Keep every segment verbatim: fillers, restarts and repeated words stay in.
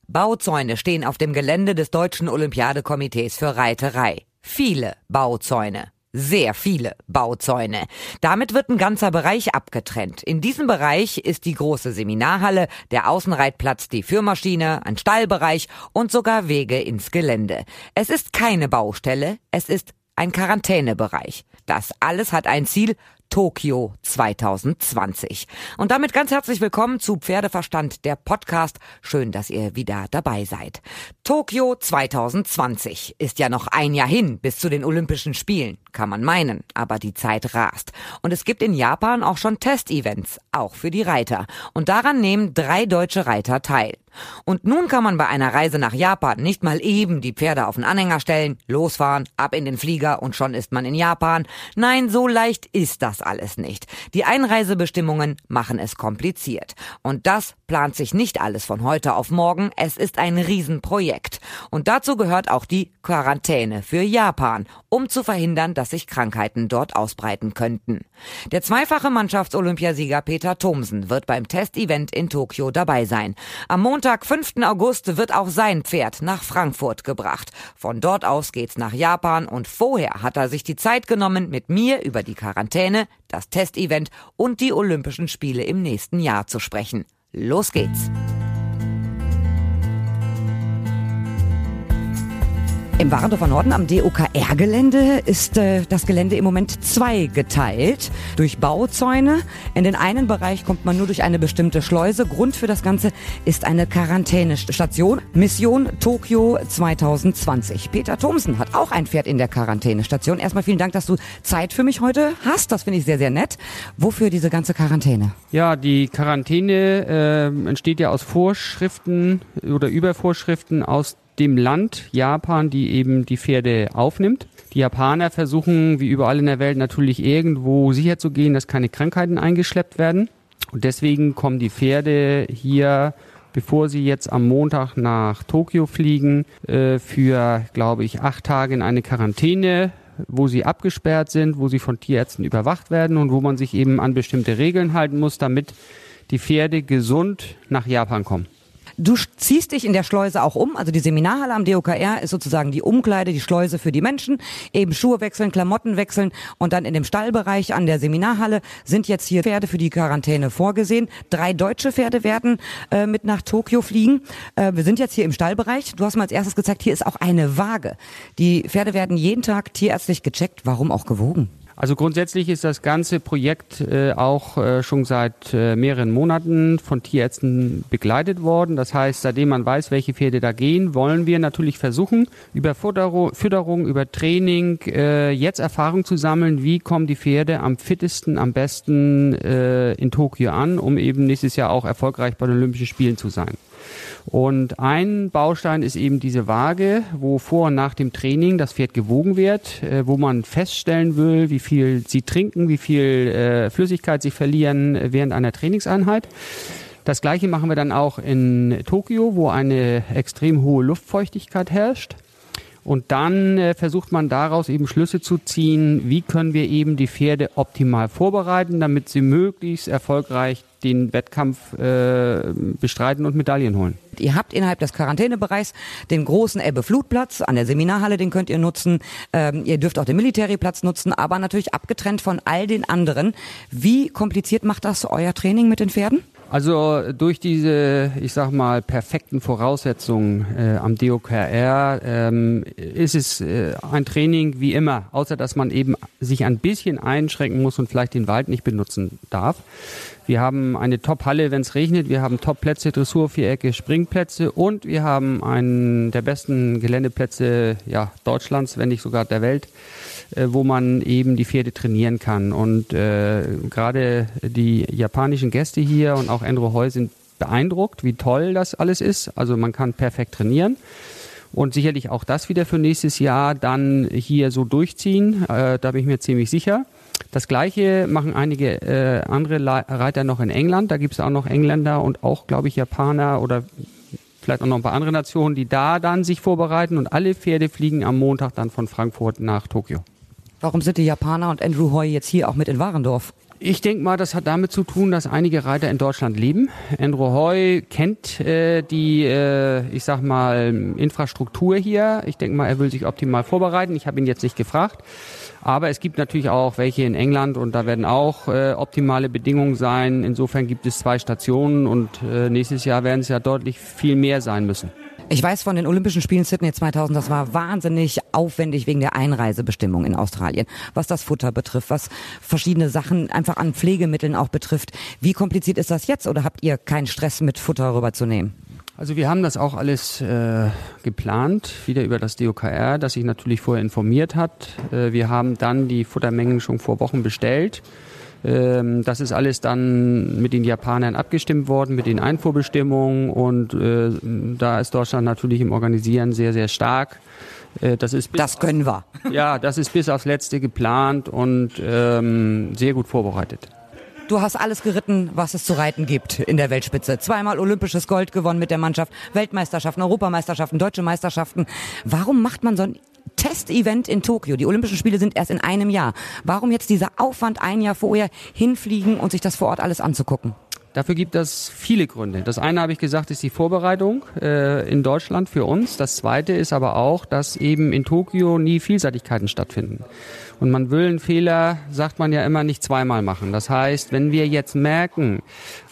Bauzäune stehen auf dem Gelände des Deutschen Olympiadekomitees für Reiterei. Viele Bauzäune. Sehr viele Bauzäune. Damit wird ein ganzer Bereich abgetrennt. In diesem Bereich ist die große Seminarhalle, der Außenreitplatz, die Führmaschine, ein Stallbereich und sogar Wege ins Gelände. Es ist keine Baustelle, es ist ein Quarantänebereich. Das alles hat ein Ziel: Tokio zwanzig zwanzig. Und damit ganz herzlich willkommen zu Pferdeverstand, der Podcast. Schön, dass ihr wieder dabei seid. Tokio zwanzig zwanzig ist ja noch ein Jahr hin bis zu den Olympischen Spielen. Kann man meinen, aber die Zeit rast. Und es gibt in Japan auch schon Testevents, auch für die Reiter. Und daran nehmen drei deutsche Reiter teil. Und nun kann man bei einer Reise nach Japan nicht mal eben die Pferde auf den Anhänger stellen, losfahren, ab in den Flieger und schon ist man in Japan. Nein, so leicht ist das alles nicht. Die Einreisebestimmungen machen es kompliziert. Und das plant sich nicht alles von heute auf morgen. Es ist ein Riesenprojekt. Und dazu gehört auch die Quarantäne für Japan, um zu verhindern, dass sich Krankheiten dort ausbreiten könnten. Der zweifache Mannschaftsolympiasieger Peter Thomsen wird beim Testevent in Tokio dabei sein. Am Montag, fünften August, wird auch sein Pferd nach Frankfurt gebracht. Von dort aus geht's nach Japan und vorher hat er sich die Zeit genommen, mit mir über die Quarantäne, das Testevent und die Olympischen Spiele im nächsten Jahr zu sprechen. Los geht's! Im Warendorfer Norden am D O K R-Gelände ist äh, das Gelände im Moment zweigeteilt durch Bauzäune. In den einen Bereich kommt man nur durch eine bestimmte Schleuse. Grund für das Ganze ist eine Quarantänestation. Mission Tokio zwanzig zwanzig. Peter Thomsen hat auch ein Pferd in der Quarantänestation. Erstmal vielen Dank, dass du Zeit für mich heute hast. Das finde ich sehr, sehr nett. Wofür diese ganze Quarantäne? Ja, die Quarantäne äh, entsteht ja aus Vorschriften oder Übervorschriften aus dem Land Japan, die eben die Pferde aufnimmt. Die Japaner versuchen, wie überall in der Welt, natürlich irgendwo sicher zu gehen, dass keine Krankheiten eingeschleppt werden. Und deswegen kommen die Pferde hier, bevor sie jetzt am Montag nach Tokio fliegen, äh, für, glaube ich, acht Tage in eine Quarantäne, wo sie abgesperrt sind, wo sie von Tierärzten überwacht werden und wo man sich eben an bestimmte Regeln halten muss, damit die Pferde gesund nach Japan kommen. Du ziehst dich in der Schleuse auch um, also die Seminarhalle am D O K R ist sozusagen die Umkleide, die Schleuse für die Menschen, eben Schuhe wechseln, Klamotten wechseln und dann in dem Stallbereich an der Seminarhalle sind jetzt hier Pferde für die Quarantäne vorgesehen. Drei deutsche Pferde werden äh, mit nach Tokio fliegen. Äh, wir sind jetzt hier im Stallbereich. Du hast mal als erstes gezeigt, hier ist auch eine Waage. Die Pferde werden jeden Tag tierärztlich gecheckt, warum auch gewogen? Also grundsätzlich ist das ganze Projekt äh, auch äh, schon seit äh, mehreren Monaten von Tierärzten begleitet worden. Das heißt, seitdem man weiß, welche Pferde da gehen, wollen wir natürlich versuchen, über Futterung, Fütterung, über Training äh, jetzt Erfahrung zu sammeln, wie kommen die Pferde am fittesten, am besten äh, in Tokio an, um eben nächstes Jahr auch erfolgreich bei den Olympischen Spielen zu sein. Und ein Baustein ist eben diese Waage, wo vor und nach dem Training das Pferd gewogen wird, äh, wo man feststellen will, wie viel sie trinken, wie viel äh, Flüssigkeit sie verlieren während einer Trainingseinheit. Das Gleiche machen wir dann auch in Tokio, wo eine extrem hohe Luftfeuchtigkeit herrscht. Und dann äh, versucht man daraus eben Schlüsse zu ziehen, wie können wir eben die Pferde optimal vorbereiten, damit sie möglichst erfolgreich den Wettkampf äh, bestreiten und Medaillen holen. Ihr habt innerhalb des Quarantänebereichs den großen Ebbe-Flut-Platz an der Seminarhalle, den könnt ihr nutzen. Ähm, ihr dürft auch den Military-Platz nutzen, aber natürlich abgetrennt von all den anderen. Wie kompliziert macht das euer Training mit den Pferden? Also durch diese, ich sag mal, perfekten Voraussetzungen äh, am D O K R ähm, ist es äh, ein Training wie immer, außer dass man eben sich ein bisschen einschränken muss und vielleicht den Wald nicht benutzen darf. Wir haben eine Top-Halle, wenn es regnet. Wir haben Top-Plätze, Dressur, Vierecke, Springplätze und wir haben einen der besten Geländeplätze ja, Deutschlands, wenn nicht sogar der Welt, äh, wo man eben die Pferde trainieren kann. Und äh, gerade die japanischen Gäste hier und auch Andrew Heu sind beeindruckt, wie toll das alles ist. Also man kann perfekt trainieren. Und sicherlich auch das wieder für nächstes Jahr dann hier so durchziehen. Äh, da bin ich mir ziemlich sicher. Das Gleiche machen einige äh, andere Reiter noch in England. Da gibt es auch noch Engländer und auch, glaube ich, Japaner oder vielleicht auch noch ein paar andere Nationen, die da dann sich vorbereiten. Und alle Pferde fliegen am Montag dann von Frankfurt nach Tokio. Warum sind die Japaner und Andrew Heu jetzt hier auch mit in Warendorf? Ich denke mal, das hat damit zu tun, dass einige Reiter in Deutschland leben. Andrew Hoy kennt äh, die, äh, ich sag mal, Infrastruktur hier. Ich denke mal, er will sich optimal vorbereiten. Ich habe ihn jetzt nicht gefragt. Aber es gibt natürlich auch welche in England und da werden auch äh, optimale Bedingungen sein. Insofern gibt es zwei Stationen und äh, nächstes Jahr werden es ja deutlich viel mehr sein müssen. Ich weiß von den Olympischen Spielen Sydney zweitausend, das war wahnsinnig aufwendig wegen der Einreisebestimmung in Australien. Was das Futter betrifft, was verschiedene Sachen einfach an Pflegemitteln auch betrifft. Wie kompliziert ist das jetzt oder habt ihr keinen Stress mit Futter rüberzunehmen? Also wir haben das auch alles äh, geplant, wieder über das D O K R, das sich natürlich vorher informiert hat. Äh, wir haben dann die Futtermengen schon vor Wochen bestellt. Das ist alles dann mit den Japanern abgestimmt worden, mit den Einfuhrbestimmungen und äh, da ist Deutschland natürlich im Organisieren sehr, sehr stark. Äh, das ist bis, das können wir. Ja, das ist bis aufs Letzte geplant und ähm, sehr gut vorbereitet. Du hast alles geritten, was es zu reiten gibt in der Weltspitze. Zweimal olympisches Gold gewonnen mit der Mannschaft, Weltmeisterschaften, Europameisterschaften, deutsche Meisterschaften. Warum macht man so ein Testevent in Tokio? Die Olympischen Spiele sind erst in einem Jahr. Warum jetzt dieser Aufwand, ein Jahr vorher hinfliegen und sich das vor Ort alles anzugucken? Dafür gibt es viele Gründe. Das eine, habe ich gesagt, ist die Vorbereitung äh, in Deutschland für uns. Das zweite ist aber auch, dass eben in Tokio nie Vielseitigkeiten stattfinden. Und man will einen Fehler, sagt man ja immer, nicht zweimal machen. Das heißt, wenn wir jetzt merken,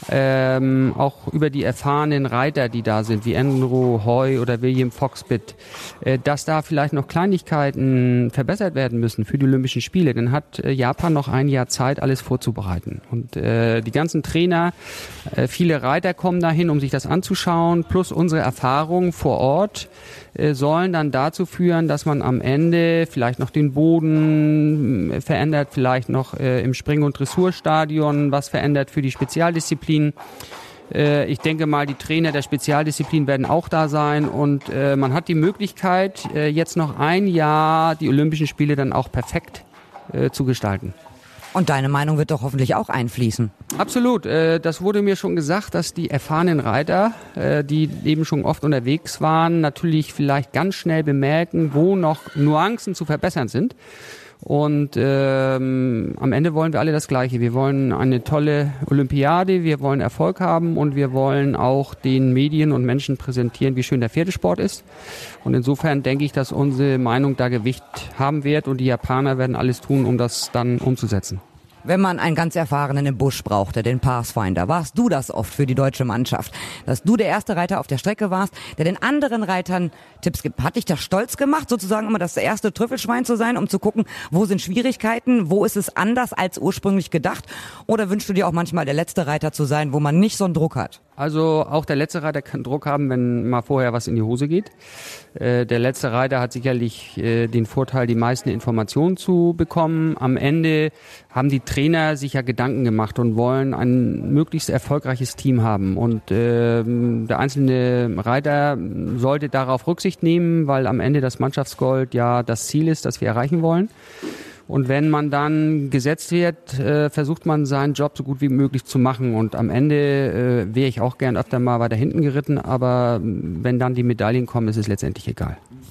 ähm, auch über die erfahrenen Reiter, die da sind, wie Andrew Hoy oder William Foxbit, äh, dass da vielleicht noch Kleinigkeiten verbessert werden müssen für die Olympischen Spiele, dann hat äh, Japan noch ein Jahr Zeit, alles vorzubereiten. Und äh, die ganzen Trainer, äh, viele Reiter kommen dahin, um sich das anzuschauen, plus unsere Erfahrungen vor Ort äh, sollen dann dazu führen, dass man am Ende vielleicht noch den Boden verändert, vielleicht noch äh, im Spring- und Dressurstadion was verändert für die Spezialdisziplin. Äh, ich denke mal, die Trainer der Spezialdisziplin werden auch da sein und äh, man hat die Möglichkeit, äh, jetzt noch ein Jahr die Olympischen Spiele dann auch perfekt äh, zu gestalten. Und deine Meinung wird doch hoffentlich auch einfließen. Absolut. Äh, das wurde mir schon gesagt, dass die erfahrenen Reiter, äh, die eben schon oft unterwegs waren, natürlich vielleicht ganz schnell bemerken, wo noch Nuancen zu verbessern sind. Und ähm, am Ende wollen wir alle das Gleiche. Wir wollen eine tolle Olympiade, wir wollen Erfolg haben und wir wollen auch den Medien und Menschen präsentieren, wie schön der Pferdesport ist. Und insofern denke ich, dass unsere Meinung da Gewicht haben wird und die Japaner werden alles tun, um das dann umzusetzen. Wenn man einen ganz Erfahrenen im Busch brauchte, den Pathfinder, warst du das oft für die deutsche Mannschaft. Dass du der erste Reiter auf der Strecke warst, der den anderen Reitern Tipps gibt. Hat dich das stolz gemacht, sozusagen immer das erste Trüffelschwein zu sein, um zu gucken, wo sind Schwierigkeiten, wo ist es anders als ursprünglich gedacht? Oder wünschst du dir auch manchmal der letzte Reiter zu sein, wo man nicht so einen Druck hat? Also auch der letzte Reiter kann Druck haben, wenn mal vorher was in die Hose geht. Äh, der letzte Reiter hat sicherlich äh, den Vorteil, die meisten Informationen zu bekommen. Am Ende haben die Trainer sich ja Gedanken gemacht und wollen ein möglichst erfolgreiches Team haben. Und äh, der einzelne Reiter sollte darauf Rücksicht nehmen, weil am Ende das Mannschaftsgold ja das Ziel ist, das wir erreichen wollen. Und wenn man dann gesetzt wird, äh, versucht man seinen Job so gut wie möglich zu machen. Und am Ende äh, wäre ich auch gern öfter mal weiter hinten geritten, aber wenn dann die Medaillen kommen, ist es letztendlich egal.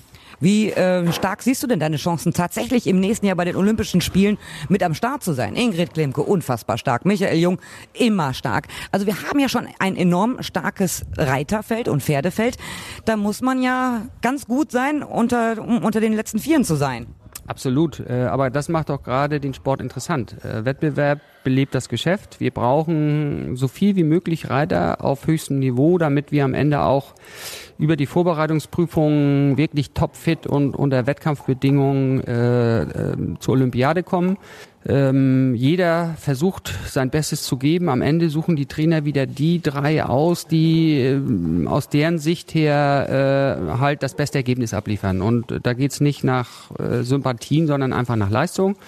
Wie äh, stark siehst du denn deine Chancen, tatsächlich im nächsten Jahr bei den Olympischen Spielen mit am Start zu sein? Ingrid Klimke, unfassbar stark. Michael Jung, immer stark. Also wir haben ja schon ein enorm starkes Reiterfeld und Pferdefeld. Da muss man ja ganz gut sein, unter, um unter den letzten Vieren zu sein. Absolut, aber das macht auch gerade den Sport interessant. Wettbewerb belebt das Geschäft. Wir brauchen so viel wie möglich Reiter auf höchstem Niveau, damit wir am Ende auch über die Vorbereitungsprüfungen wirklich topfit und unter Wettkampfbedingungen äh, äh, zur Olympiade kommen. Ähm, jeder versucht sein Bestes zu geben. Am Ende suchen die Trainer wieder die drei aus, die äh, aus deren Sicht her äh, halt das beste Ergebnis abliefern. Und äh, da geht's nicht nach äh, Sympathien, sondern einfach nach Leistung.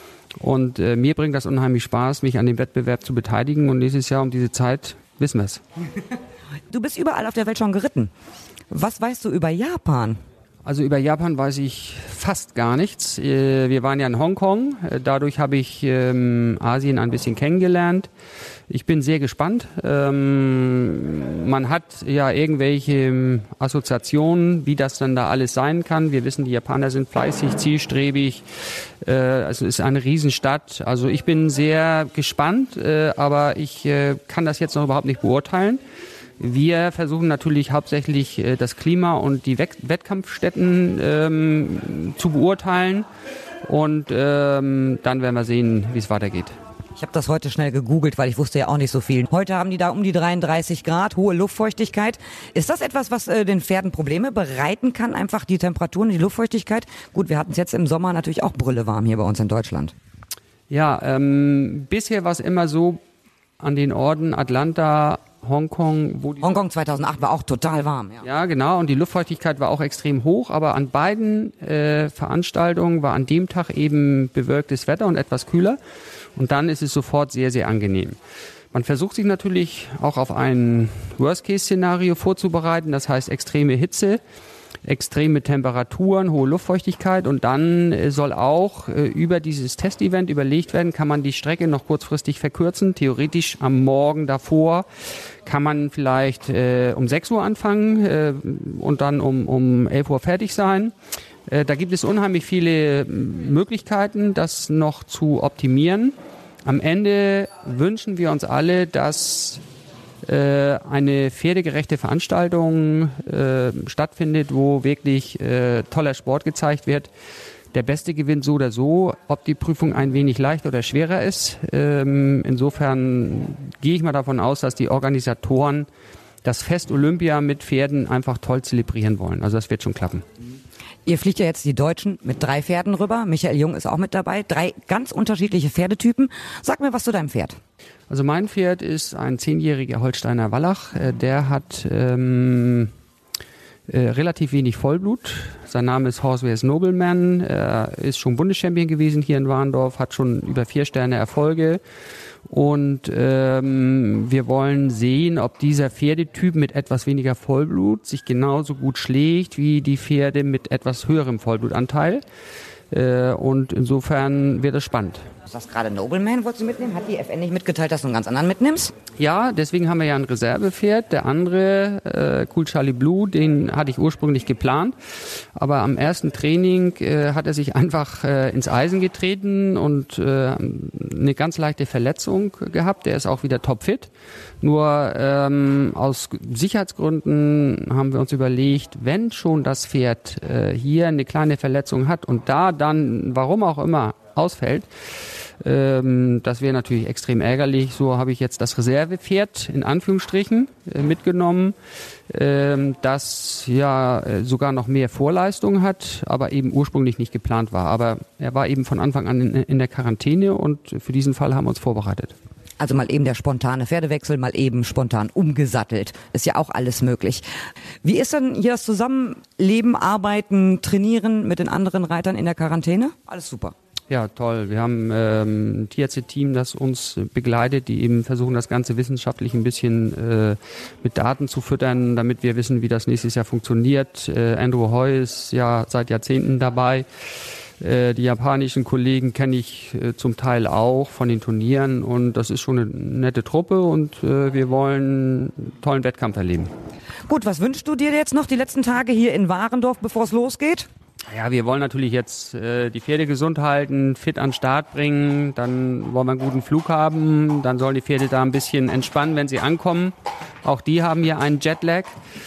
Und äh, mir bringt das unheimlich Spaß, mich an dem Wettbewerb zu beteiligen. Und nächstes Jahr um diese Zeit wissen wir es. Du bist überall auf der Welt schon geritten. Was weißt du über Japan? Also über Japan weiß ich fast gar nichts. Wir waren ja in Hongkong, dadurch habe ich ähm, Asien ein bisschen kennengelernt. Ich bin sehr gespannt. Ähm, man hat ja irgendwelche Assoziationen, wie das dann da alles sein kann. Wir wissen, die Japaner sind fleißig, zielstrebig. Äh, also es ist eine Riesenstadt. Also ich bin sehr gespannt, äh, aber ich äh, kann das jetzt noch überhaupt nicht beurteilen. Wir versuchen natürlich hauptsächlich äh, das Klima und die Wett- Wettkampfstätten ähm, zu beurteilen und ähm, dann werden wir sehen, wie es weitergeht. Ich habe das heute schnell gegoogelt, weil ich wusste ja auch nicht so viel. Heute haben die da um die dreiunddreißig Grad, hohe Luftfeuchtigkeit. Ist das etwas, was äh, den Pferden Probleme bereiten kann, einfach die Temperaturen, die Luftfeuchtigkeit? Gut, wir hatten es jetzt im Sommer natürlich auch brüllewarm hier bei uns in Deutschland. Ja, ähm, bisher war es immer so an den Orten Atlanta, Hongkong, wo die Hongkong zweitausendacht war auch total warm. Ja, ja genau, und die Luftfeuchtigkeit war auch extrem hoch, aber an beiden äh, Veranstaltungen war an dem Tag eben bewölktes Wetter und etwas kühler und dann ist es sofort sehr, sehr angenehm. Man versucht sich natürlich auch auf ein Worst-Case-Szenario vorzubereiten, das heißt extreme Hitze, extreme Temperaturen, hohe Luftfeuchtigkeit und dann äh, soll auch äh, über dieses Testevent überlegt werden, kann man die Strecke noch kurzfristig verkürzen. Theoretisch am Morgen davor kann man vielleicht äh, um sechs Uhr anfangen äh, und dann um, um elf Uhr fertig sein. Äh, da gibt es unheimlich viele Möglichkeiten, das noch zu optimieren. Am Ende wünschen wir uns alle, dass eine pferdegerechte Veranstaltung äh, stattfindet, wo wirklich äh, toller Sport gezeigt wird. Der Beste gewinnt so oder so, ob die Prüfung ein wenig leichter oder schwerer ist. Ähm, insofern gehe ich mal davon aus, dass die Organisatoren das Fest Olympia mit Pferden einfach toll zelebrieren wollen. Also das wird schon klappen. Ihr fliegt ja jetzt die Deutschen mit drei Pferden rüber. Michael Jung ist auch mit dabei. Drei ganz unterschiedliche Pferdetypen. Sag mir was zu deinem Pferd. Also mein Pferd ist ein zehnjähriger Holsteiner Wallach. Der hat ähm, äh, relativ wenig Vollblut. Sein Name ist Horsewares Nobleman. Er ist schon Bundeschampion gewesen hier in Warndorf, hat schon über vier Sterne Erfolge. Und ähm, wir wollen sehen, ob dieser Pferdetyp mit etwas weniger Vollblut sich genauso gut schlägt wie die Pferde mit etwas höherem Vollblutanteil. Äh, und insofern wird es spannend. Du sagst gerade Nobleman, wolltest du mitnehmen? Hat die F N nicht mitgeteilt, dass du einen ganz anderen mitnimmst? Ja, deswegen haben wir ja ein Reservepferd. Der andere, äh, Cool Charlie Blue, den hatte ich ursprünglich geplant. Aber am ersten Training äh, hat er sich einfach äh, ins Eisen getreten und äh, eine ganz leichte Verletzung gehabt. Der ist auch wieder topfit. Nur ähm, aus Sicherheitsgründen haben wir uns überlegt, wenn schon das Pferd äh, hier eine kleine Verletzung hat und da dann, warum auch immer, ausfällt, ähm, das wäre natürlich extrem ärgerlich. So habe ich jetzt das Reservepferd in Anführungsstrichen äh, mitgenommen, ähm, das ja äh, sogar noch mehr Vorleistung hat, aber eben ursprünglich nicht geplant war. Aber er war eben von Anfang an in, in der Quarantäne und für diesen Fall haben wir uns vorbereitet. Also mal eben der spontane Pferdewechsel, mal eben spontan umgesattelt. Ist ja auch alles möglich. Wie ist denn hier das Zusammenleben, Arbeiten, Trainieren mit den anderen Reitern in der Quarantäne? Alles super. Ja, toll. Wir haben ähm, ein Tierärzte-Team, das uns begleitet, die eben versuchen, das Ganze wissenschaftlich ein bisschen äh, mit Daten zu füttern, damit wir wissen, wie das nächstes Jahr funktioniert. Äh, Andrew Hoy ist ja seit Jahrzehnten dabei. Äh, die japanischen Kollegen kenne ich äh, zum Teil auch von den Turnieren und das ist schon eine nette Truppe und äh, wir wollen einen tollen Wettkampf erleben. Gut, was wünschst du dir jetzt noch die letzten Tage hier in Warendorf, bevor es losgeht? Ja, wir wollen natürlich jetzt äh, die Pferde gesund halten, fit an den Start bringen, dann wollen wir einen guten Flug haben, dann sollen die Pferde da ein bisschen entspannen, wenn sie ankommen. Auch die haben hier einen Jetlag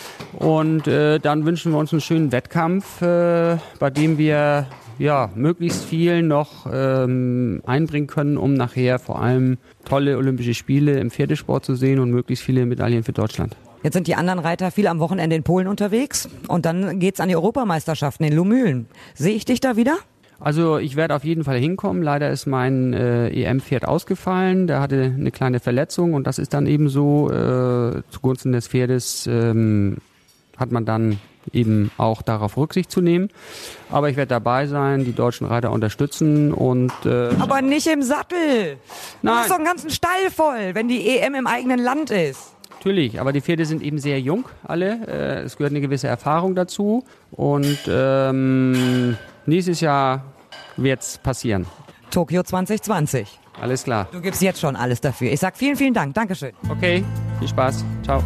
und äh, dann wünschen wir uns einen schönen Wettkampf, äh, bei dem wir ja möglichst viel noch ähm, einbringen können, um nachher vor allem tolle Olympische Spiele im Pferdesport zu sehen und möglichst viele Medaillen für Deutschland. Jetzt sind die anderen Reiter viel am Wochenende in Polen unterwegs und dann geht's an die Europameisterschaften in Lumülen. Sehe ich dich da wieder? Also ich werde auf jeden Fall hinkommen. Leider ist mein äh, E M-Pferd ausgefallen. Der hatte eine kleine Verletzung und das ist dann eben so, äh, zugunsten des Pferdes ähm, hat man dann eben auch darauf Rücksicht zu nehmen. Aber ich werde dabei sein, die deutschen Reiter unterstützen und... Äh, Aber nicht im Sattel! Du Nein. machst doch einen ganzen Stall voll, wenn die E M im eigenen Land ist. natürlich, aber die Pferde sind eben sehr jung, alle. Äh, es gehört eine gewisse Erfahrung dazu und ähm, nächstes Jahr wird's passieren. Tokio zwanzig zwanzig. Alles klar. Du gibst jetzt schon alles dafür. Ich sag vielen, vielen Dank. Dankeschön. Okay, viel Spaß. Ciao.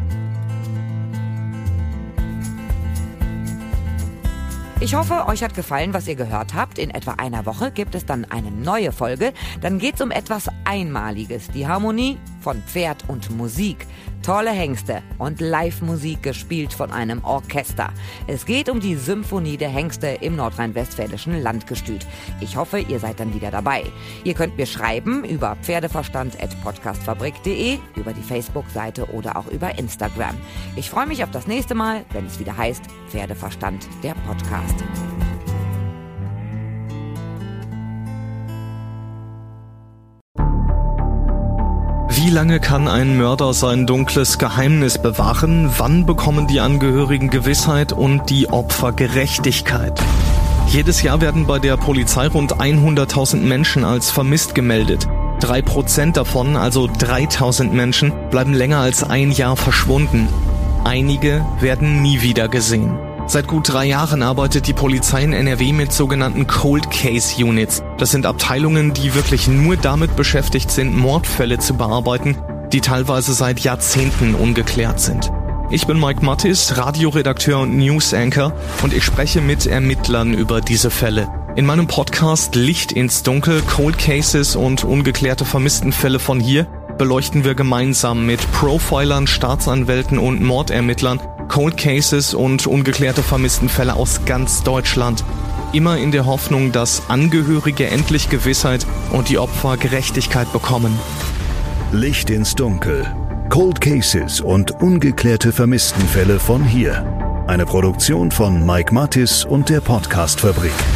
Ich hoffe, euch hat gefallen, was ihr gehört habt. In etwa einer Woche gibt es dann eine neue Folge. Dann geht's um etwas Einmaliges. Die Harmonie von Pferd und Musik. Tolle Hengste und Live-Musik gespielt von einem Orchester. Es geht um die Symphonie der Hengste im nordrhein-westfälischen Landgestüt. Ich hoffe, ihr seid dann wieder dabei. Ihr könnt mir schreiben über pferdeverstand at podcastfabrik punkt de, über die Facebook-Seite oder auch über Instagram. Ich freue mich auf das nächste Mal, wenn es wieder heißt Pferdeverstand, der Podcast. Wie lange kann ein Mörder sein dunkles Geheimnis bewahren? Wann bekommen die Angehörigen Gewissheit und die Opfer Gerechtigkeit? Jedes Jahr werden bei der Polizei rund hunderttausend Menschen als vermisst gemeldet. Drei Prozent davon, also dreitausend Menschen, bleiben länger als ein Jahr verschwunden. Einige werden nie wieder gesehen. Seit gut drei Jahren arbeitet die Polizei in N R W mit sogenannten Cold Case Units. Das sind Abteilungen, die wirklich nur damit beschäftigt sind, Mordfälle zu bearbeiten, die teilweise seit Jahrzehnten ungeklärt sind. Ich bin Mike Mattis, Radioredakteur und News Anchor, und ich spreche mit Ermittlern über diese Fälle. In meinem Podcast Licht ins Dunkel, Cold Cases und ungeklärte Vermisstenfälle von hier beleuchten wir gemeinsam mit Profilern, Staatsanwälten und Mordermittlern Cold Cases und ungeklärte Vermisstenfälle aus ganz Deutschland. Immer in der Hoffnung, dass Angehörige endlich Gewissheit und die Opfer Gerechtigkeit bekommen. Licht ins Dunkel. Cold Cases und ungeklärte Vermisstenfälle von hier. Eine Produktion von Mike Mattis und der Podcastfabrik.